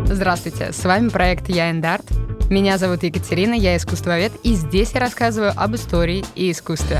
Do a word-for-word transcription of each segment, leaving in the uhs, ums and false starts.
Здравствуйте, с вами проект «Я энд Арт». Меня зовут Екатерина, я искусствовед, и здесь я рассказываю об истории и искусстве.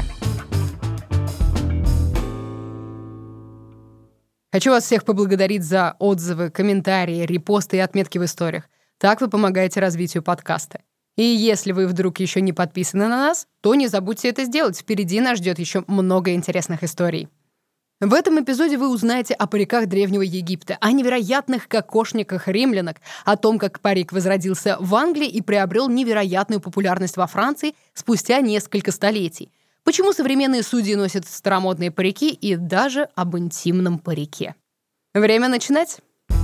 Хочу вас всех поблагодарить за отзывы, комментарии, репосты и отметки в историях. Так вы помогаете развитию подкаста. И если вы вдруг еще не подписаны на нас, то не забудьте это сделать. Впереди нас ждет еще много интересных историй. В этом эпизоде вы узнаете о париках Древнего Египта, о невероятных кокошниках римлянок, о том, как парик возродился в Англии и приобрел невероятную популярность во Франции спустя несколько столетий, почему современные судьи носят старомодные парики и даже об интимном парике. Время начинать!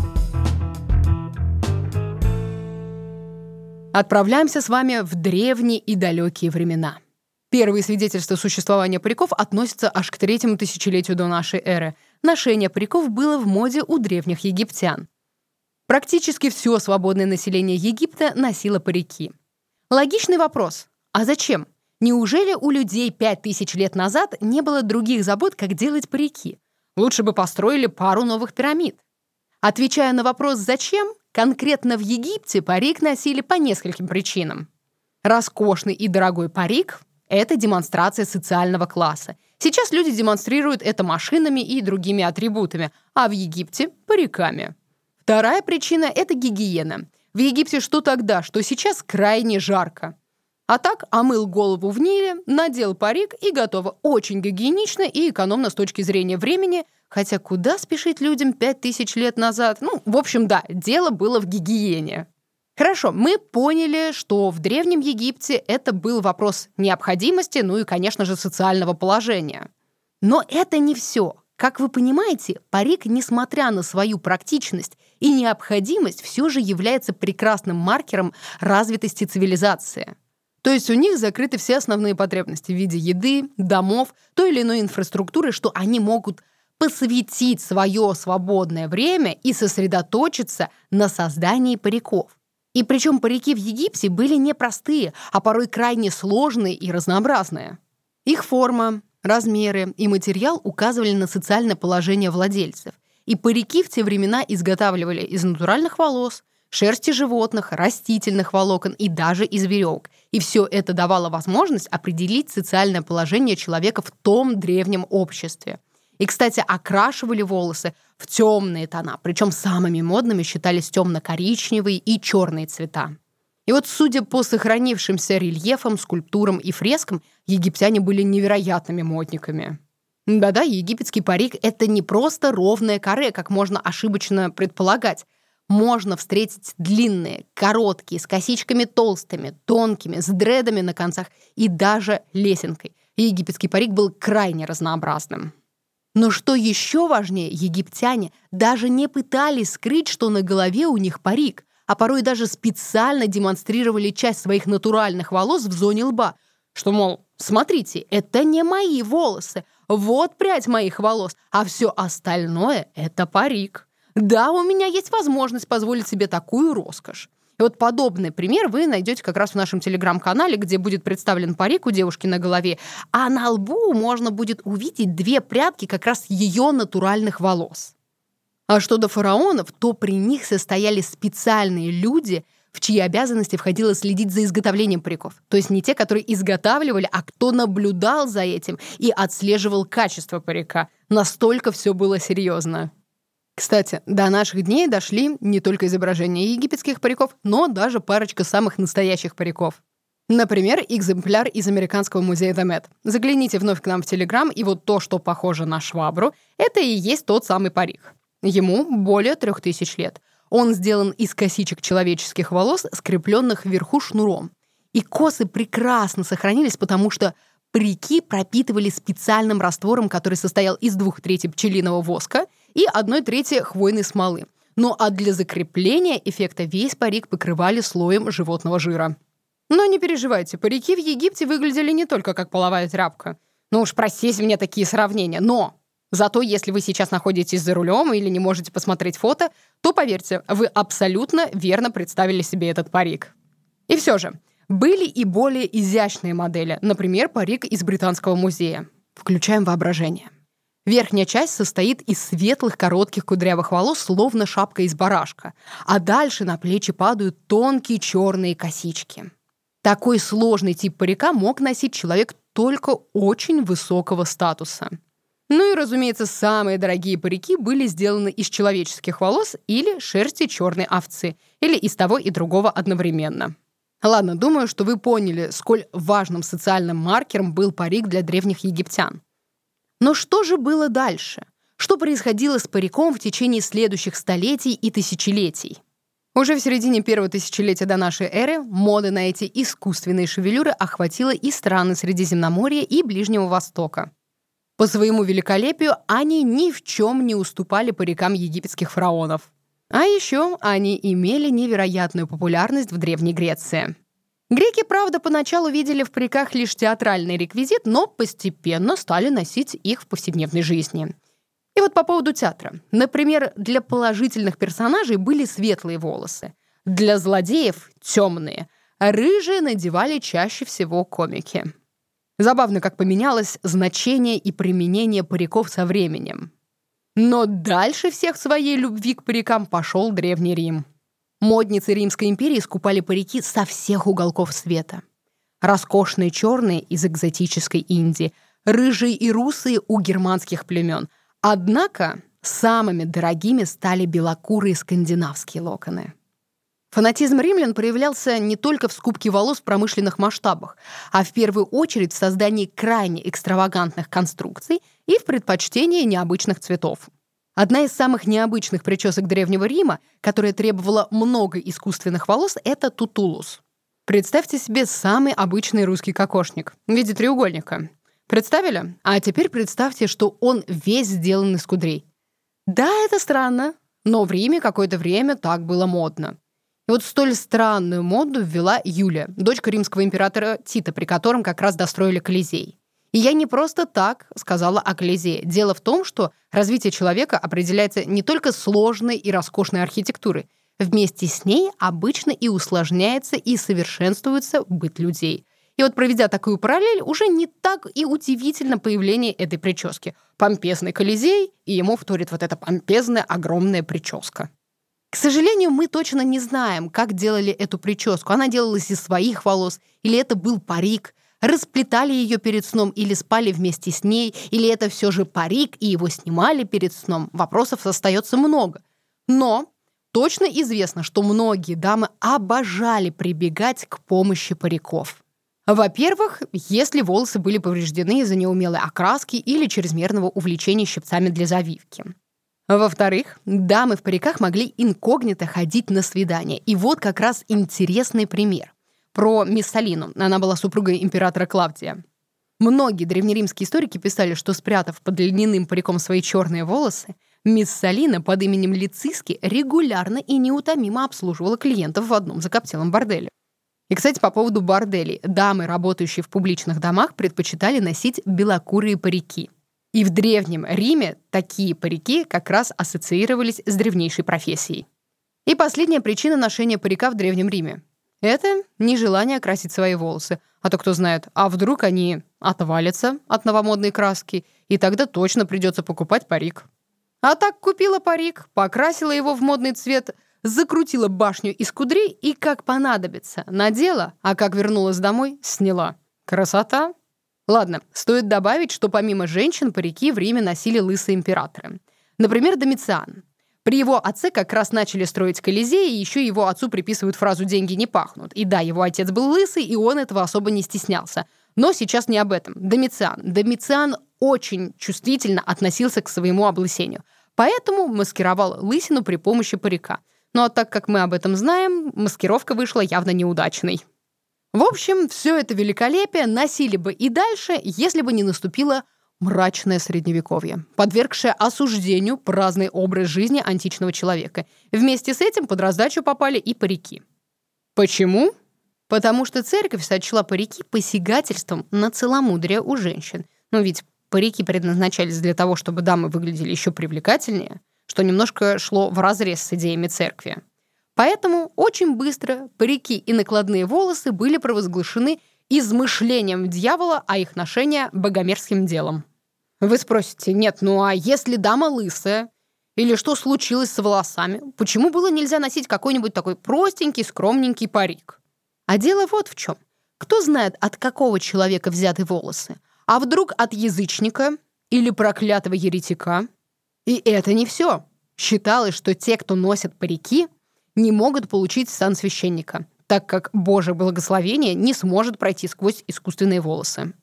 Отправляемся с вами в древние и далекие времена. Первые свидетельства существования париков относятся аж к третьему тысячелетию до нашей эры. Ношение париков было в моде у древних египтян. Практически все свободное население Египта носило парики. Логичный вопрос: а зачем? Неужели у людей пять тысяч лет назад не было других забот, как делать парики? Лучше бы построили пару новых пирамид. Отвечая на вопрос «зачем?», конкретно в Египте парик носили по нескольким причинам. Роскошный и дорогой парик — это демонстрация социального класса. Сейчас люди демонстрируют это машинами и другими атрибутами, а в Египте — париками. Вторая причина — это гигиена. В Египте что тогда, что сейчас крайне жарко. А так омыл голову в Ниле, надел парик и готово. Очень гигиенично и экономно с точки зрения времени. Хотя куда спешить людям пять тысяч лет назад? Ну, в общем, да, дело было в гигиене. Хорошо, мы поняли, что в Древнем Египте это был вопрос необходимости, ну и, конечно же, социального положения. Но это не все. Как вы понимаете, парик, несмотря на свою практичность и необходимость, все же является прекрасным маркером развитости цивилизации. То есть у них закрыты все основные потребности в виде еды, домов, той или иной инфраструктуры, что они могут посвятить свое свободное время и сосредоточиться на создании париков. И причем парики в Египте были непростые, а порой крайне сложные и разнообразные. Их форма, размеры и материал указывали на социальное положение владельцев. И парики в те времена изготавливали из натуральных волос, шерсти животных, растительных волокон и даже из веревок. И все это давало возможность определить социальное положение человека в том древнем обществе. И, кстати, окрашивали волосы в темные тона, причем самыми модными считались темно-коричневые и черные цвета. И вот, судя по сохранившимся рельефам, скульптурам и фрескам, египтяне были невероятными модниками. Да-да, египетский парик — это не просто ровное каре, как можно ошибочно предполагать. Можно встретить длинные, короткие, с косичками толстыми, тонкими, с дредами на концах и даже лесенкой. Египетский парик был крайне разнообразным. Но что еще важнее, египтяне даже не пытались скрыть, что на голове у них парик, а порой даже специально демонстрировали часть своих натуральных волос в зоне лба, что, мол, смотрите, это не мои волосы, вот прядь моих волос, а все остальное — это парик. Да, у меня есть возможность позволить себе такую роскошь. И вот подобный пример вы найдете как раз в нашем телеграм-канале, где будет представлен парик у девушки на голове, а на лбу можно будет увидеть две прядки как раз ее натуральных волос. А что до фараонов, то при них состояли специальные люди, в чьи обязанности входило следить за изготовлением париков. То есть не те, которые изготавливали, а кто наблюдал за этим и отслеживал качество парика. Настолько все было серьезно. Кстати, до наших дней дошли не только изображения египетских париков, но даже парочка самых настоящих париков. Например, экземпляр из Американского музея The Met. Загляните вновь к нам в Телеграм, и вот то, что похоже на швабру, это и есть тот самый парик. Ему более трех тысяч лет. Он сделан из косичек человеческих волос, скрепленных вверху шнуром. И косы прекрасно сохранились, потому что парики пропитывали специальным раствором, который состоял из двух третей пчелиного воска и одной трети хвойной смолы. Ну а для закрепления эффекта весь парик покрывали слоем животного жира. Но не переживайте, парики в Египте выглядели не только как половая тряпка. Ну уж простите мне такие сравнения, но зато если вы сейчас находитесь за рулем или не можете посмотреть фото, то, поверьте, вы абсолютно верно представили себе этот парик. И все же, были и более изящные модели, например, парик из Британского музея. Включаем воображение. Верхняя часть состоит из светлых коротких кудрявых волос, словно шапка из барашка, а дальше на плечи падают тонкие черные косички. Такой сложный тип парика мог носить человек только очень высокого статуса. Ну и, разумеется, самые дорогие парики были сделаны из человеческих волос или шерсти черной овцы, или из того и другого одновременно. Ладно, думаю, что вы поняли, сколь важным социальным маркером был парик для древних египтян. Но что же было дальше? Что происходило с париком в течение следующих столетий и тысячелетий? Уже в середине первого тысячелетия до нашей эры мода на эти искусственные шевелюры охватила и страны Средиземноморья и Ближнего Востока. По своему великолепию они ни в чем не уступали парикам египетских фараонов. А еще они имели невероятную популярность в Древней Греции. Греки, правда, поначалу видели в париках лишь театральный реквизит, но постепенно стали носить их в повседневной жизни. И вот по поводу театра. Например, для положительных персонажей были светлые волосы, для злодеев — темные, а рыжие надевали чаще всего комики. Забавно, как поменялось значение и применение париков со временем. Но дальше всех в своей любви к парикам пошел Древний Рим. Модницы Римской империи скупали парики со всех уголков света. Роскошные черные из экзотической Индии, рыжие и русые у германских племен. Однако самыми дорогими стали белокурые скандинавские локоны. Фанатизм римлян проявлялся не только в скупке волос в промышленных масштабах, а в первую очередь в создании крайне экстравагантных конструкций и в предпочтении необычных цветов. Одна из самых необычных причесок Древнего Рима, которая требовала много искусственных волос, это тутулус. Представьте себе самый обычный русский кокошник в виде треугольника. Представили? А теперь представьте, что он весь сделан из кудрей. Да, это странно, но в Риме какое-то время так было модно. И вот столь странную моду ввела Юлия, дочка римского императора Тита, при котором как раз достроили Колизей. И я не просто так сказала о Колизее. Дело в том, что развитие человека определяется не только сложной и роскошной архитектурой. Вместе с ней обычно и усложняется, и совершенствуется быт людей. И вот, проведя такую параллель, уже не так и удивительно появление этой прически. Помпезный Колизей, и ему вторит вот эта помпезная огромная прическа. К сожалению, мы точно не знаем, как делали эту прическу. Она делалась из своих волос, или это был парик. Расплетали ее перед сном или спали вместе с ней, или это все же парик, и его снимали перед сном. Вопросов остается много. Но точно известно, что многие дамы обожали прибегать к помощи париков. Во-первых, если волосы были повреждены из-за неумелой окраски или чрезмерного увлечения щипцами для завивки. Во-вторых, дамы в париках могли инкогнито ходить на свидания. И вот как раз интересный пример. Про Мессалину. Она была супругой императора Клавдия. Многие древнеримские историки писали, что, спрятав под льняным париком свои черные волосы, Мессалина под именем Лициски регулярно и неутомимо обслуживала клиентов в одном закоптелом борделе. И, кстати, по поводу борделей. Дамы, работающие в публичных домах, предпочитали носить белокурые парики. И в Древнем Риме такие парики как раз ассоциировались с древнейшей профессией. И последняя причина ношения парика в Древнем Риме — это нежелание красить свои волосы. А то кто знает, а вдруг они отвалятся от новомодной краски, и тогда точно придется покупать парик. А так купила парик, покрасила его в модный цвет, закрутила башню из кудрей и, как понадобится, надела, а как вернулась домой, сняла. Красота! Ладно, стоит добавить, что помимо женщин парики в Риме носили лысые императоры. Например, Домициан. При его отце как раз начали строить Колизей, и еще его отцу приписывают фразу «деньги не пахнут». И да, его отец был лысый, и он этого особо не стеснялся. Но сейчас не об этом. Домициан. Домициан очень чувствительно относился к своему облысению. Поэтому маскировал лысину при помощи парика. Ну а так как мы об этом знаем, маскировка вышла явно неудачной. В общем, все это великолепие носили бы и дальше, если бы не наступило мрачное средневековье, подвергшее осуждению праздный образ жизни античного человека. Вместе с этим под раздачу попали и парики. Почему? Потому что церковь сочла парики посягательством на целомудрие у женщин. Ну ведь парики предназначались для того, чтобы дамы выглядели еще привлекательнее, что немножко шло вразрез с идеями церкви. Поэтому очень быстро парики и накладные волосы были провозглашены измышлением дьявола, а их ношение — богомерзким делом. Вы спросите, нет, ну а если дама лысая? Или что случилось с волосами? Почему было нельзя носить какой-нибудь такой простенький, скромненький парик? А дело вот в чем. Кто знает, от какого человека взяты волосы? А вдруг от язычника или проклятого еретика? И это не все. Считалось, что те, кто носят парики, не могут получить сан священника, так как Божье благословение не сможет пройти сквозь искусственные волосы.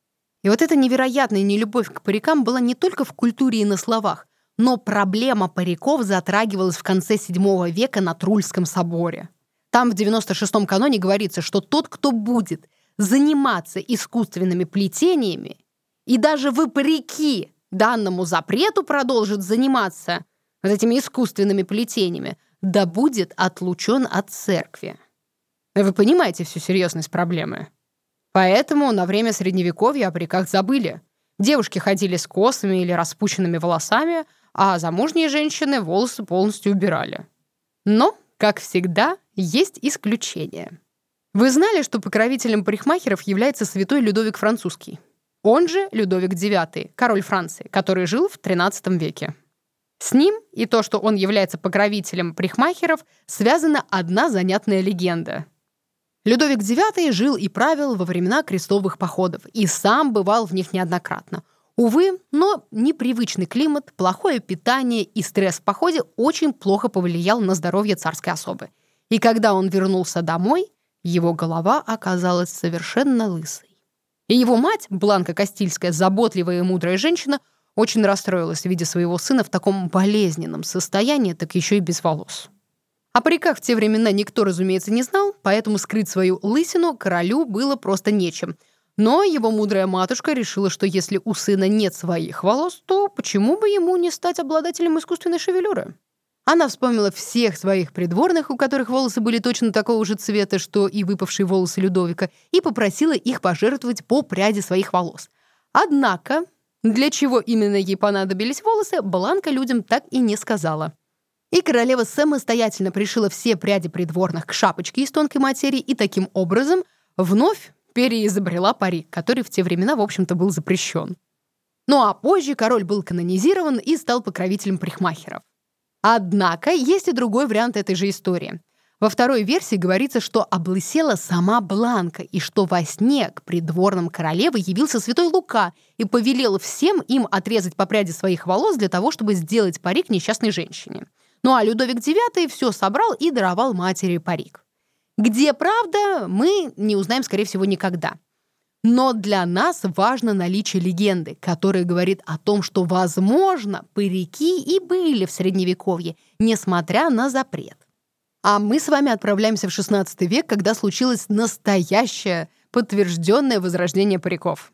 И вот эта невероятная нелюбовь к парикам была не только в культуре и на словах, но проблема париков затрагивалась в конце седьмого века на Трульском соборе. Там в девяносто шестом каноне говорится, что тот, кто будет заниматься искусственными плетениями и даже вопреки данному запрету продолжит заниматься вот этими искусственными плетениями, да будет отлучен от церкви. Вы понимаете всю серьезность проблемы? Поэтому на время Средневековья о париках забыли. Девушки ходили с косами или распущенными волосами, а замужние женщины волосы полностью убирали. Но, как всегда, есть исключения. Вы знали, что покровителем парикмахеров является святой Людовик Французский? Он же Людовик девятый, король Франции, который жил в тринадцатом веке. С ним и то, что он является покровителем парикмахеров, связана одна занятная легенда. Людовик девятый жил и правил во времена крестовых походов и сам бывал в них неоднократно. Увы, но непривычный климат, плохое питание и стресс в походе очень плохо повлиял на здоровье царской особы. И когда он вернулся домой, его голова оказалась совершенно лысой. И его мать, Бланка Кастильская, заботливая и мудрая женщина, очень расстроилась, видя своего сына в таком болезненном состоянии, так еще и без волос. О париках в те времена никто, разумеется, не знал, поэтому скрыть свою лысину королю было просто нечем. Но его мудрая матушка решила, что если у сына нет своих волос, то почему бы ему не стать обладателем искусственной шевелюры? Она вспомнила всех своих придворных, у которых волосы были точно такого же цвета, что и выпавшие волосы Людовика, и попросила их пожертвовать по пряди своих волос. Однако, для чего именно ей понадобились волосы, Бланка людям так и не сказала. И королева самостоятельно пришила все пряди придворных к шапочке из тонкой материи и таким образом вновь переизобрела парик, который в те времена, в общем-то, был запрещен. Ну а позже король был канонизирован и стал покровителем парикмахеров. Однако есть и другой вариант этой же истории. Во второй версии говорится, что облысела сама Бланка, и что во сне к придворным королевы явился святой Лука и повелел всем им отрезать по пряди своих волос для того, чтобы сделать парик несчастной женщине. Ну а Людовик девятый все собрал и даровал матери парик. Где правда, мы не узнаем, скорее всего, никогда. Но для нас важно наличие легенды, которая говорит о том, что, возможно, парики и были в Средневековье, несмотря на запрет. А мы с вами отправляемся в шестнадцатый век, когда случилось настоящее, подтвержденное возрождение париков.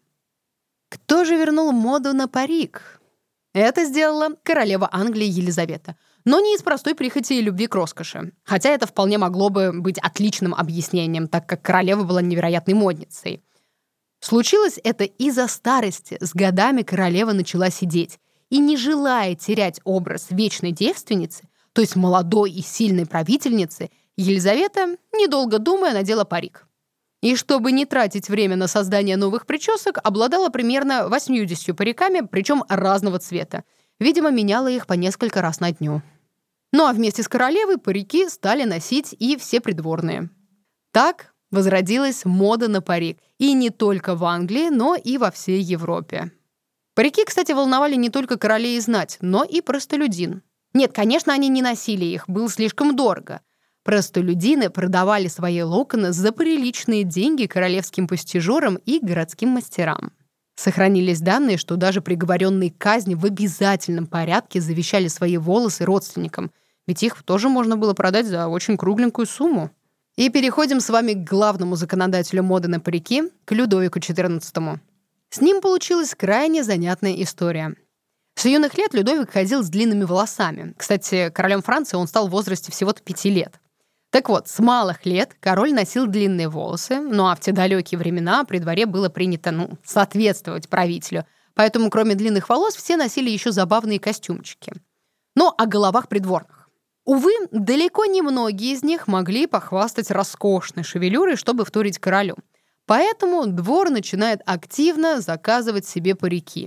Кто же вернул моду на парик? Это сделала королева Англии Елизавета. Но не из простой прихоти и любви к роскоши. Хотя это вполне могло бы быть отличным объяснением, так как королева была невероятной модницей. Случилось это из-за старости. С годами королева начала сидеть. И не желая терять образ вечной девственницы, то есть молодой и сильной правительницы, Елизавета, недолго думая, надела парик. И чтобы не тратить время на создание новых причесок, обладала примерно восьмьюдесятью париками, причем разного цвета. Видимо, меняла их по несколько раз на дню. Ну а вместе с королевой парики стали носить и все придворные. Так возродилась мода на парик. И не только в Англии, но и во всей Европе. Парики, кстати, волновали не только королей и знать, но и простолюдин. Нет, конечно, они не носили их, было слишком дорого. Простолюдины продавали свои локоны за приличные деньги королевским постижерам и городским мастерам. Сохранились данные, что даже приговоренные к казни в обязательном порядке завещали свои волосы родственникам, ведь их тоже можно было продать за очень кругленькую сумму. И переходим с вами к главному законодателю моды на парики, к Людовику четырнадцатому. С ним получилась крайне занятная история. С юных лет Людовик ходил с длинными волосами. Кстати, королем Франции он стал в возрасте всего-то пяти лет. Так вот, с малых лет король носил длинные волосы, ну а в те далекие времена при дворе было принято, ну, соответствовать правителю. Поэтому кроме длинных волос все носили еще забавные костюмчики. Но о головах придворных. Увы, далеко не многие из них могли похвастать роскошной шевелюрой, чтобы вторить королю. Поэтому двор начинает активно заказывать себе парики.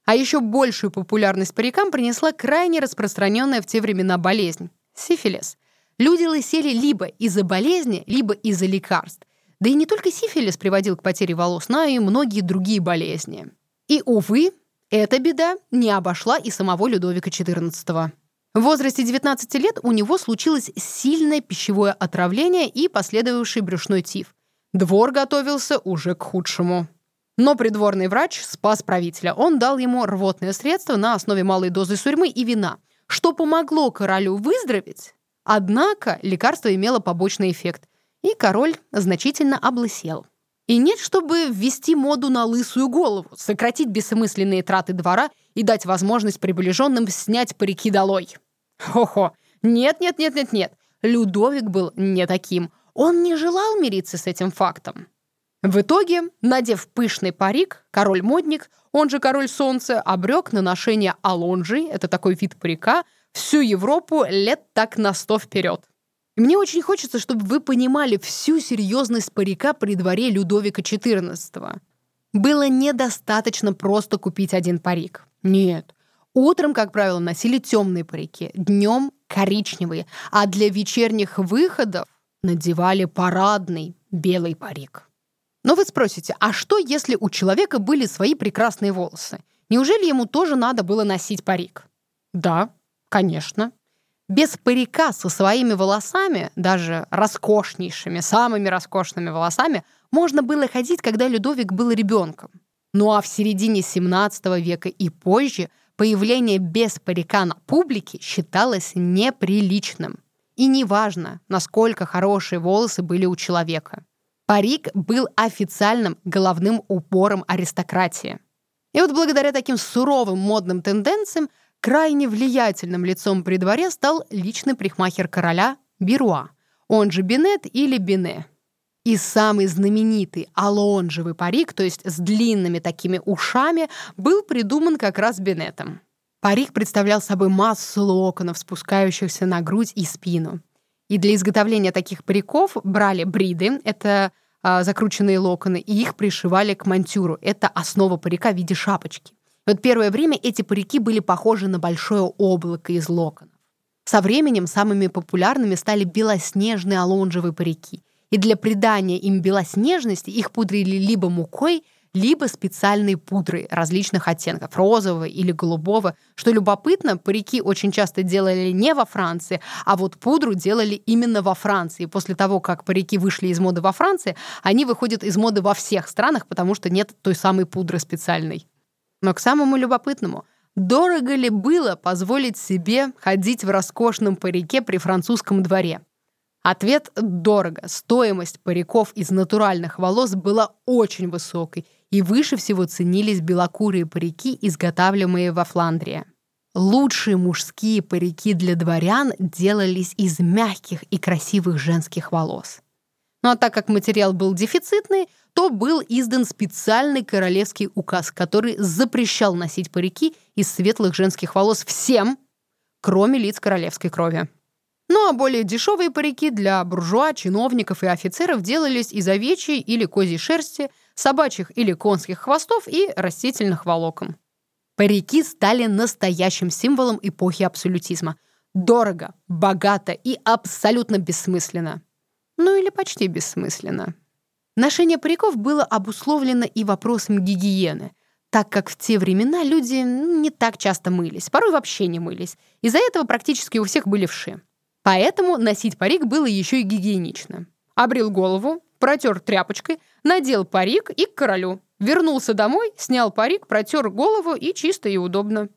А еще большую популярность парикам принесла крайне распространенная в те времена болезнь – сифилис. Люди лысели либо из-за болезни, либо из-за лекарств. Да и не только сифилис приводил к потере волос, но и многие другие болезни. И, увы, эта беда не обошла и самого Людовика четырнадцатого. В возрасте девятнадцати лет у него случилось сильное пищевое отравление и последовавший брюшной тиф. Двор готовился уже к худшему. Но придворный врач спас правителя. Он дал ему рвотное средство на основе малой дозы сурьмы и вина, что помогло королю выздороветь. Однако лекарство имело побочный эффект, и король значительно облысел. И нет, чтобы ввести моду на лысую голову, сократить бессмысленные траты двора и дать возможность приближенным снять парики долой. Хо-хо. Нет-нет-нет-нет-нет. Людовик был не таким. Он не желал мириться с этим фактом. В итоге, надев пышный парик, король-модник, он же король солнца, обрек на ношение алонжи, это такой вид парика, всю Европу лет так на сто вперед. И мне очень хочется, чтобы вы понимали всю серьезность парика при дворе Людовика четырнадцатого. Было недостаточно просто купить один парик. Нет. Утром, как правило, носили темные парики, днем – коричневые, а для вечерних выходов надевали парадный белый парик. Но вы спросите, а что, если у человека были свои прекрасные волосы? Неужели ему тоже надо было носить парик? Да, конечно. Без парика со своими волосами, даже роскошнейшими, самыми роскошными волосами, можно было ходить, когда Людовик был ребенком. Ну а в середине семнадцатого века и позже появление без парика на публике считалось неприличным. И неважно, насколько хорошие волосы были у человека. Парик был официальным головным убором аристократии. И вот благодаря таким суровым модным тенденциям крайне влиятельным лицом при дворе стал личный парикмахер короля Беруа, он же Бинет или Бине. И самый знаменитый алонжевый парик, то есть с длинными такими ушами, был придуман как раз Бинетом. Парик представлял собой массу локонов, спускающихся на грудь и спину. И для изготовления таких париков брали бриды, это а, закрученные локоны, и их пришивали к монтюру. Это основа парика в виде шапочки. И вот первое время эти парики были похожи на большое облако из локонов. Со временем самыми популярными стали белоснежные алонжевые парики. И для придания им белоснежности их пудрили либо мукой, либо специальной пудрой различных оттенков, розового или голубого. Что любопытно, парики очень часто делали не во Франции, а вот пудру делали именно во Франции. И после того, как парики вышли из моды во Франции, они выходят из моды во всех странах, потому что нет той самой пудры специальной. Но к самому любопытному. Дорого ли было позволить себе ходить в роскошном парике при французском дворе? Ответ – дорого. Стоимость париков из натуральных волос была очень высокой, и выше всего ценились белокурые парики, изготавливаемые во Фландрии. Лучшие мужские парики для дворян делались из мягких и красивых женских волос. Ну а так как материал был дефицитный, то был издан специальный королевский указ, который запрещал носить парики из светлых женских волос всем, кроме лиц королевской крови. Ну а более дешевые парики для буржуа, чиновников и офицеров делались из овечьей или козьей шерсти, собачьих или конских хвостов и растительных волокон. Парики стали настоящим символом эпохи абсолютизма. Дорого, богато и абсолютно бессмысленно. Ну или почти бессмысленно. Ношение париков было обусловлено и вопросом гигиены, так как в те времена люди не так часто мылись, порой вообще не мылись. Из-за этого практически у всех были вши. Поэтому носить парик было еще и гигиенично. Обрил голову, протер тряпочкой, надел парик и к королю. Вернулся домой, снял парик, протер голову и чисто и удобно.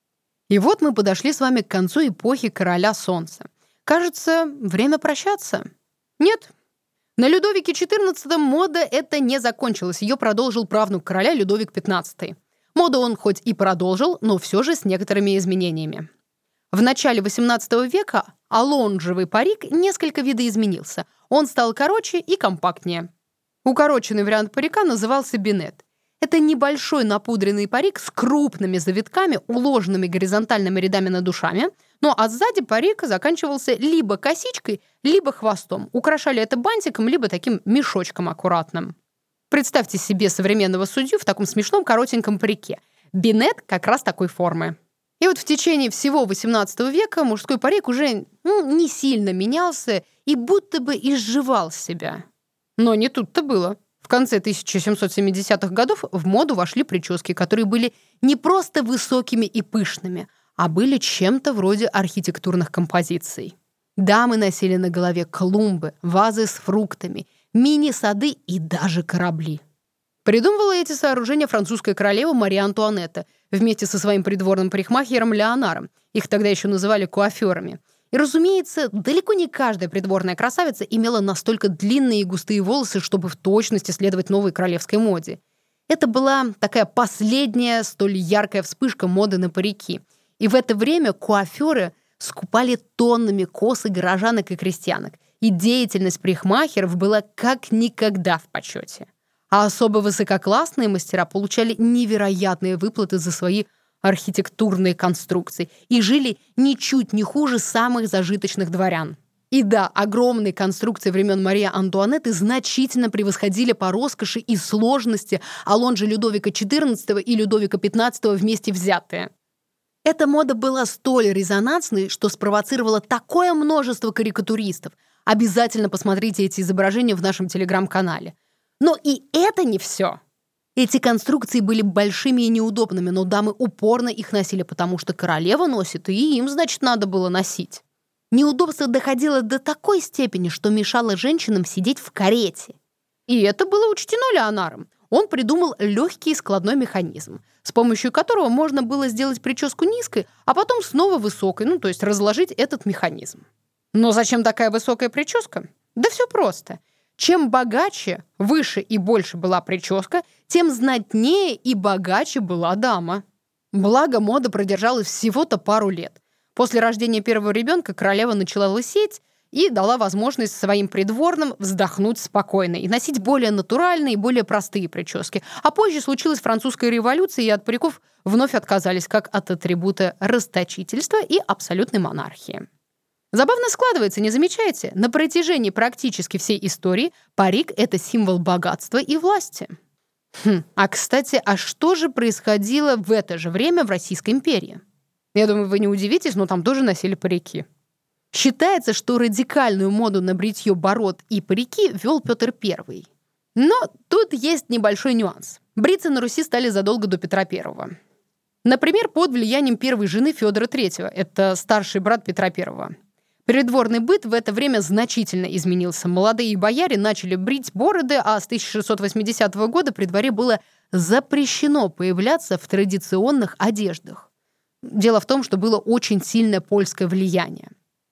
И вот мы подошли с вами к концу эпохи короля солнца. Кажется, время прощаться. Нет. На Людовике четырнадцатом мода эта не закончилась. Ее продолжил правнук короля Людовик пятнадцатый. Моду он хоть и продолжил, но все же с некоторыми изменениями. В начале восемнадцатого века алонжевый парик несколько видоизменился. Он стал короче и компактнее. Укороченный вариант парика назывался бинет. Это небольшой напудренный парик с крупными завитками, уложенными горизонтальными рядами над ушами, ну а сзади парик заканчивался либо косичкой, либо хвостом. Украшали это бантиком, либо таким мешочком аккуратным. Представьте себе современного судью в таком смешном коротеньком парике. Бинет как раз такой формы. И вот в течение всего восемнадцатого века мужской парик уже ну, не сильно менялся и будто бы изживал себя. Но не тут-то было. В конце тысяча семьсот семидесятых годов в моду вошли прически, которые были не просто высокими и пышными, а были чем-то вроде архитектурных композиций. Дамы носили на голове клумбы, вазы с фруктами, мини-сады и даже корабли. Придумывала эти сооружения французская королева Мария Антуанетта вместе со своим придворным парикмахером Леонаром. Их тогда еще называли куаферами. И, разумеется, далеко не каждая придворная красавица имела настолько длинные и густые волосы, чтобы в точности следовать новой королевской моде. Это была такая последняя, столь яркая вспышка моды на парики. И в это время куаферы скупали тоннами косы горожанок и крестьянок. И деятельность парикмахеров была как никогда в почете. А особо высококлассные мастера получали невероятные выплаты за свои архитектурные конструкции и жили ничуть не хуже самых зажиточных дворян. И да, огромные конструкции времен Марии Антуанетты значительно превосходили по роскоши и сложности Алонжа Людовика четырнадцатого и Людовика пятнадцатого вместе взятые. Эта мода была столь резонансной, что спровоцировала такое множество карикатуристов. Обязательно посмотрите эти изображения в нашем телеграм-канале. Но и это не все. Эти конструкции были большими и неудобными, но дамы упорно их носили, потому что королева носит, и им, значит, надо было носить. Неудобство доходило до такой степени, что мешало женщинам сидеть в карете. И это было учтено Леонаром. Он придумал легкий складной механизм, с помощью которого можно было сделать прическу низкой, а потом снова высокой, ну, то есть разложить этот механизм. Но зачем такая высокая прическа? Да все просто. Чем богаче, выше и больше была прическа, тем знатнее и богаче была дама. Благо, мода продержалась всего-то пару лет. После рождения первого ребенка королева начала лысеть и дала возможность своим придворным вздохнуть спокойно и носить более натуральные и более простые прически. А позже случилась французская революция, и от париков вновь отказались как от атрибута расточительства и абсолютной монархии. Забавно складывается, не замечаете? На протяжении практически всей истории парик — это символ богатства и власти. Хм, а, кстати, а что же происходило в это же время в Российской империи? Я думаю, вы не удивитесь, но там тоже носили парики. Считается, что радикальную моду на бритье бород и парики вел Петр Первый. Но тут есть небольшой нюанс. Бриться на Руси стали задолго до Петра Первого. Например, под влиянием первой жены Федора Третьего, это старший брат Петра Первого. Придворный быт в это время значительно изменился. Молодые бояре начали брить бороды, а с тысяча шестьсот восьмидесятого года при дворе было запрещено появляться в традиционных одеждах. Дело в том, что было очень сильное польское влияние.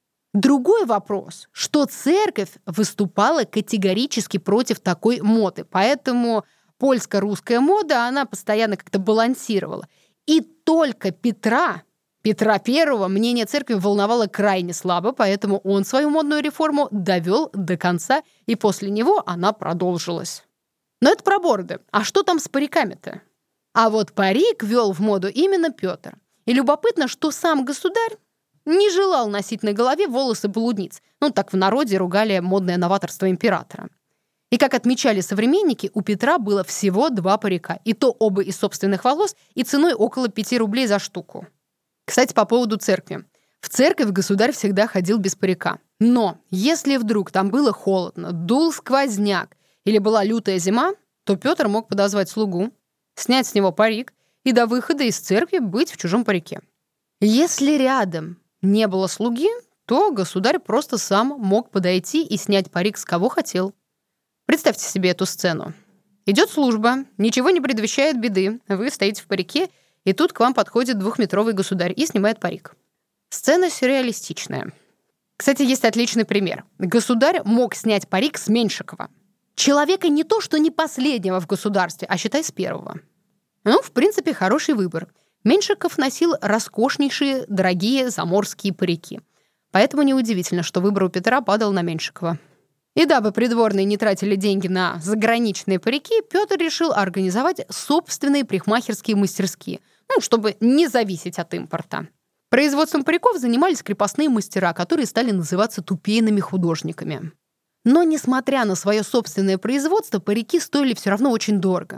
Другой вопрос, что церковь выступала категорически против такой моды, поэтому польско-русская мода, она постоянно как-то балансировала. И только Петра, Петра Первого мнение церкви волновало крайне слабо, поэтому он свою модную реформу довел до конца, и после него она продолжилась. Но это про бороды. А что там с париками-то? А вот парик вел в моду именно Петр. И любопытно, что сам государь не желал носить на голове волосы блудниц. Ну, так в народе ругали модное новаторство императора. И, как отмечали современники, у Петра было всего два парика. И то оба из собственных волос, и ценой около пяти рублей за штуку. Кстати, по поводу церкви. В церковь государь всегда ходил без парика. Но если вдруг там было холодно, дул сквозняк или была лютая зима, то Петр мог подозвать слугу, снять с него парик и до выхода из церкви быть в чужом парике. Если рядом не было слуги, то государь просто сам мог подойти и снять парик с кого хотел. Представьте себе эту сцену. Идет служба, ничего не предвещает беды, вы стоите в парике, и тут к вам подходит двухметровый государь и снимает парик. Сцена сюрреалистичная. Кстати, есть отличный пример. Государь мог снять парик с Меньшикова. Человека не то, что не последнего в государстве, а считай с первого. Ну, в принципе, хороший выбор. Меньшиков носил роскошнейшие, дорогие заморские парики. Поэтому неудивительно, что выбор у Петра падал на Меньшикова. И дабы придворные не тратили деньги на заграничные парики, Петр решил организовать собственные парикмахерские мастерские, ну, чтобы не зависеть от импорта. Производством париков занимались крепостные мастера, которые стали называться тупейными художниками. Но, несмотря на свое собственное производство, парики стоили все равно очень дорого.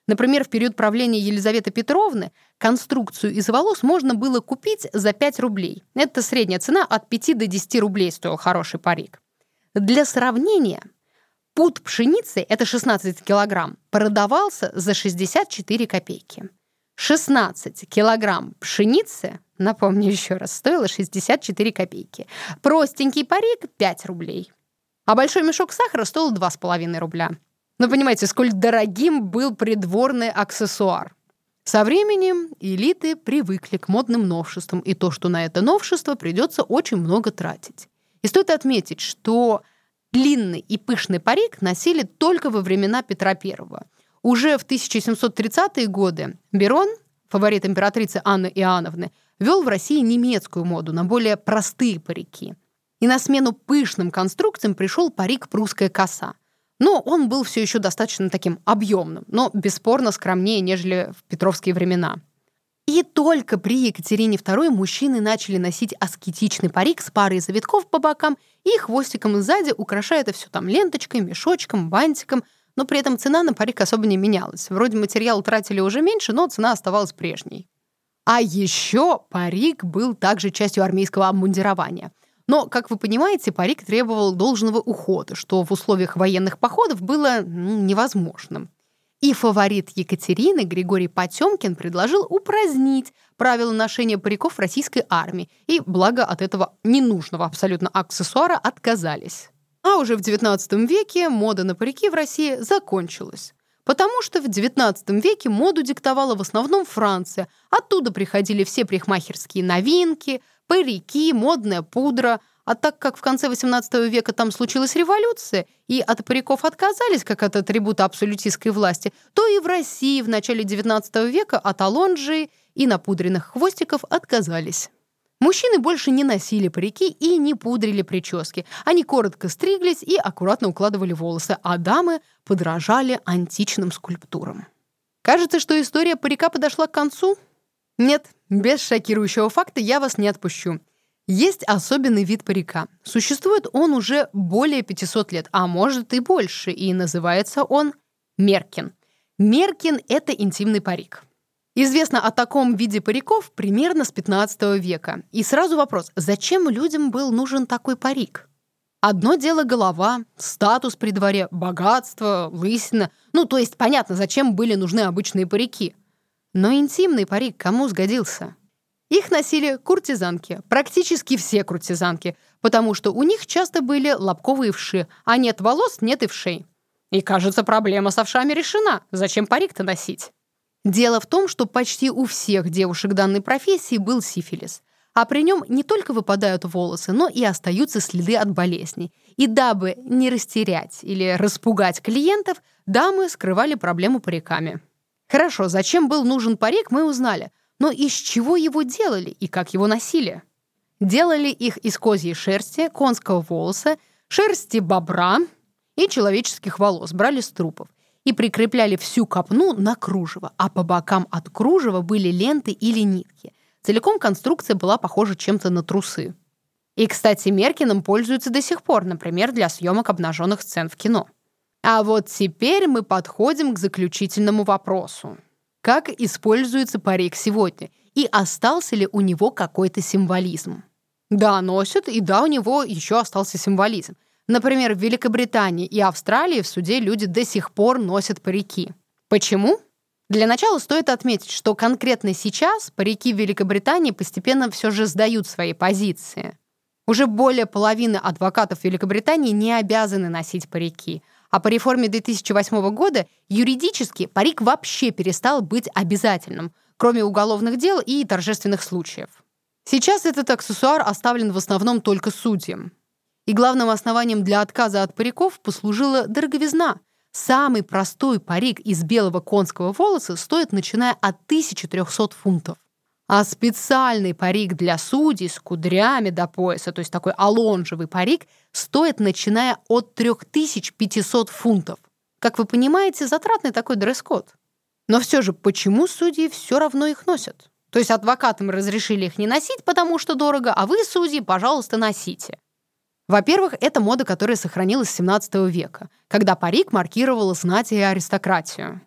Например, в период правления Елизаветы Петровны конструкцию из волос можно было купить за пять рублей. Это средняя цена, от пяти до десяти рублей стоил хороший парик. Для сравнения, пуд пшеницы, это шестнадцать килограмм, продавался за шестьдесят четыре копейки. шестнадцать килограмм пшеницы, напомню еще раз, стоило шестьдесят четыре копейки. Простенький парик – пять рублей. А большой мешок сахара стоил два с половиной рубля. Ну, понимаете, сколь дорогим был придворный аксессуар. Со временем элиты привыкли к модным новшествам, и то, что на это новшество придется очень много тратить. И стоит отметить, что длинный и пышный парик носили только во времена Петра Первого. Уже в тысяча семьсот тридцатые годы Берон, фаворит императрицы Анны Иоанновны, ввел в России немецкую моду на более простые парики. И на смену пышным конструкциям пришел парик «прусская коса». Но он был все еще достаточно таким объемным, но бесспорно скромнее, нежели в петровские времена. И только при Екатерине Второй мужчины начали носить аскетичный парик с парой завитков по бокам и хвостиком сзади, украшая это все там ленточкой, мешочком, бантиком, но при этом цена на парик особо не менялась. Вроде материал тратили уже меньше, но цена оставалась прежней. А еще парик был также частью армейского обмундирования. Но, как вы понимаете, парик требовал должного ухода, что в условиях военных походов было ну, невозможным. И фаворит Екатерины Григорий Потемкин предложил упразднить правила ношения париков в российской армии, и благо от этого ненужного абсолютно аксессуара отказались. А уже в девятнадцатом веке мода на парики в России закончилась. Потому что в девятнадцатом веке моду диктовала в основном Франция. Оттуда приходили все парикмахерские новинки, парики, модная пудра. А так как в конце восемнадцатого века там случилась революция, и от париков отказались, как от атрибута абсолютистской власти, то и в России в начале девятнадцатого века от алонжи и напудренных хвостиков отказались. Мужчины больше не носили парики и не пудрили прически. Они коротко стриглись и аккуратно укладывали волосы, а дамы подражали античным скульптурам. Кажется, что история парика подошла к концу? Нет, без шокирующего факта я вас не отпущу. Есть особенный вид парика. Существует он уже более пятисот лет, а может и больше, и называется он меркин. Меркин — это интимный парик. Известно о таком виде париков примерно с пятнадцатого века. И сразу вопрос, зачем людям был нужен такой парик? Одно дело голова, статус при дворе, богатство, лысина. Ну, то есть понятно, зачем были нужны обычные парики. Но интимный парик кому сгодился? Их носили куртизанки, практически все куртизанки, потому что у них часто были лобковые вши, а нет волос, нет и вшей. И, кажется, проблема с овшами решена. Зачем парик-то носить? Дело в том, что почти у всех девушек данной профессии был сифилис. А при нем не только выпадают волосы, но и остаются следы от болезней. И дабы не растерять или распугать клиентов, дамы скрывали проблему париками. Хорошо, зачем был нужен парик, мы узнали. Но из чего его делали и как его носили? Делали их из козьей шерсти, конского волоса, шерсти бобра и человеческих волос, брали с трупов. И прикрепляли всю копну на кружево, а по бокам от кружева были ленты или нитки. Целиком конструкция была похожа чем-то на трусы. И, кстати, меркином пользуются до сих пор, например, для съемок обнаженных сцен в кино. А вот теперь мы подходим к заключительному вопросу. Как используется парик сегодня? И остался ли у него какой-то символизм? Да, носят, и да, у него еще остался символизм. Например, в Великобритании и Австралии в суде люди до сих пор носят парики. Почему? Для начала стоит отметить, что конкретно сейчас парики в Великобритании постепенно все же сдают свои позиции. Уже более половины адвокатов Великобритании не обязаны носить парики. А по реформе две тысячи восьмого года юридически парик вообще перестал быть обязательным, кроме уголовных дел и торжественных случаев. Сейчас этот аксессуар оставлен в основном только судьям. И главным основанием для отказа от париков послужила дороговизна. Самый простой парик из белого конского волоса стоит, начиная от тысячи трехсот фунтов. А специальный парик для судей с кудрями до пояса, то есть такой алонжевый парик, стоит, начиная от три тысячи пятьсот фунтов. Как вы понимаете, затратный такой дресс-код. Но все же, почему судьи все равно их носят? То есть адвокатам разрешили их не носить, потому что дорого, а вы, судьи, пожалуйста, носите. Во-первых, это мода, которая сохранилась с семнадцатого века, когда парик маркировал знать и аристократию.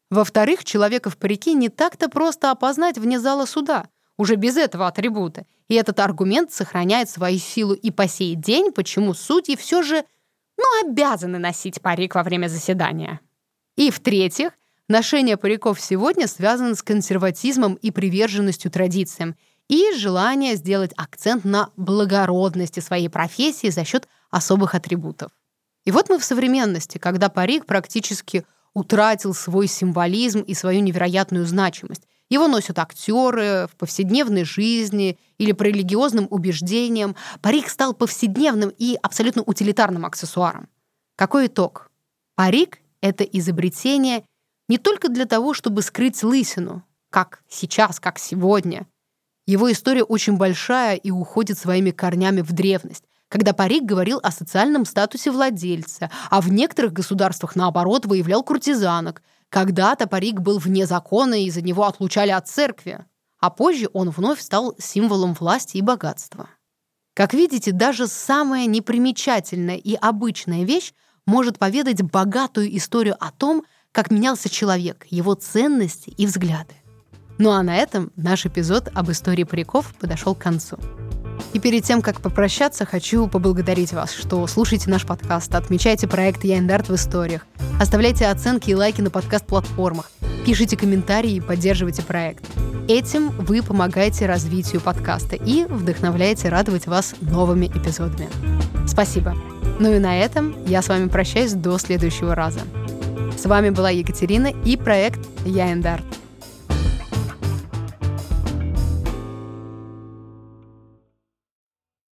Во-вторых, человека в парике не так-то просто опознать вне зала суда, уже без этого атрибута. И этот аргумент сохраняет свою силу и по сей день, почему судьи все же, ну, обязаны носить парик во время заседания. И в-третьих, ношение париков сегодня связано с консерватизмом и приверженностью традициям, и желание сделать акцент на благородности своей профессии за счет особых атрибутов. И вот мы в современности, когда парик практически утратил свой символизм и свою невероятную значимость. Его носят актеры в повседневной жизни или по религиозным убеждениям. Парик стал повседневным и абсолютно утилитарным аксессуаром. Какой итог? Парик — это изобретение не только для того, чтобы скрыть лысину, как сейчас, как сегодня. Его история очень большая и уходит своими корнями в древность, когда парик говорил о социальном статусе владельца, а в некоторых государствах, наоборот, выявлял куртизанок. Когда-то парик был вне закона, и за него отлучали от церкви, а позже он вновь стал символом власти и богатства. Как видите, даже самая непримечательная и обычная вещь может поведать богатую историю о том, как менялся человек, его ценности и взгляды. Ну а на этом наш эпизод об истории париков подошел к концу. И перед тем, как попрощаться, хочу поблагодарить вас, что слушаете наш подкаст, отмечаете проект «Я энд Арт» в историях, оставляйте оценки и лайки на подкаст-платформах, пишите комментарии и поддерживайте проект. Этим вы помогаете развитию подкаста и вдохновляете радовать вас новыми эпизодами. Спасибо. Ну и на этом я с вами прощаюсь до следующего раза. С вами была Екатерина и проект «Я энд Арт».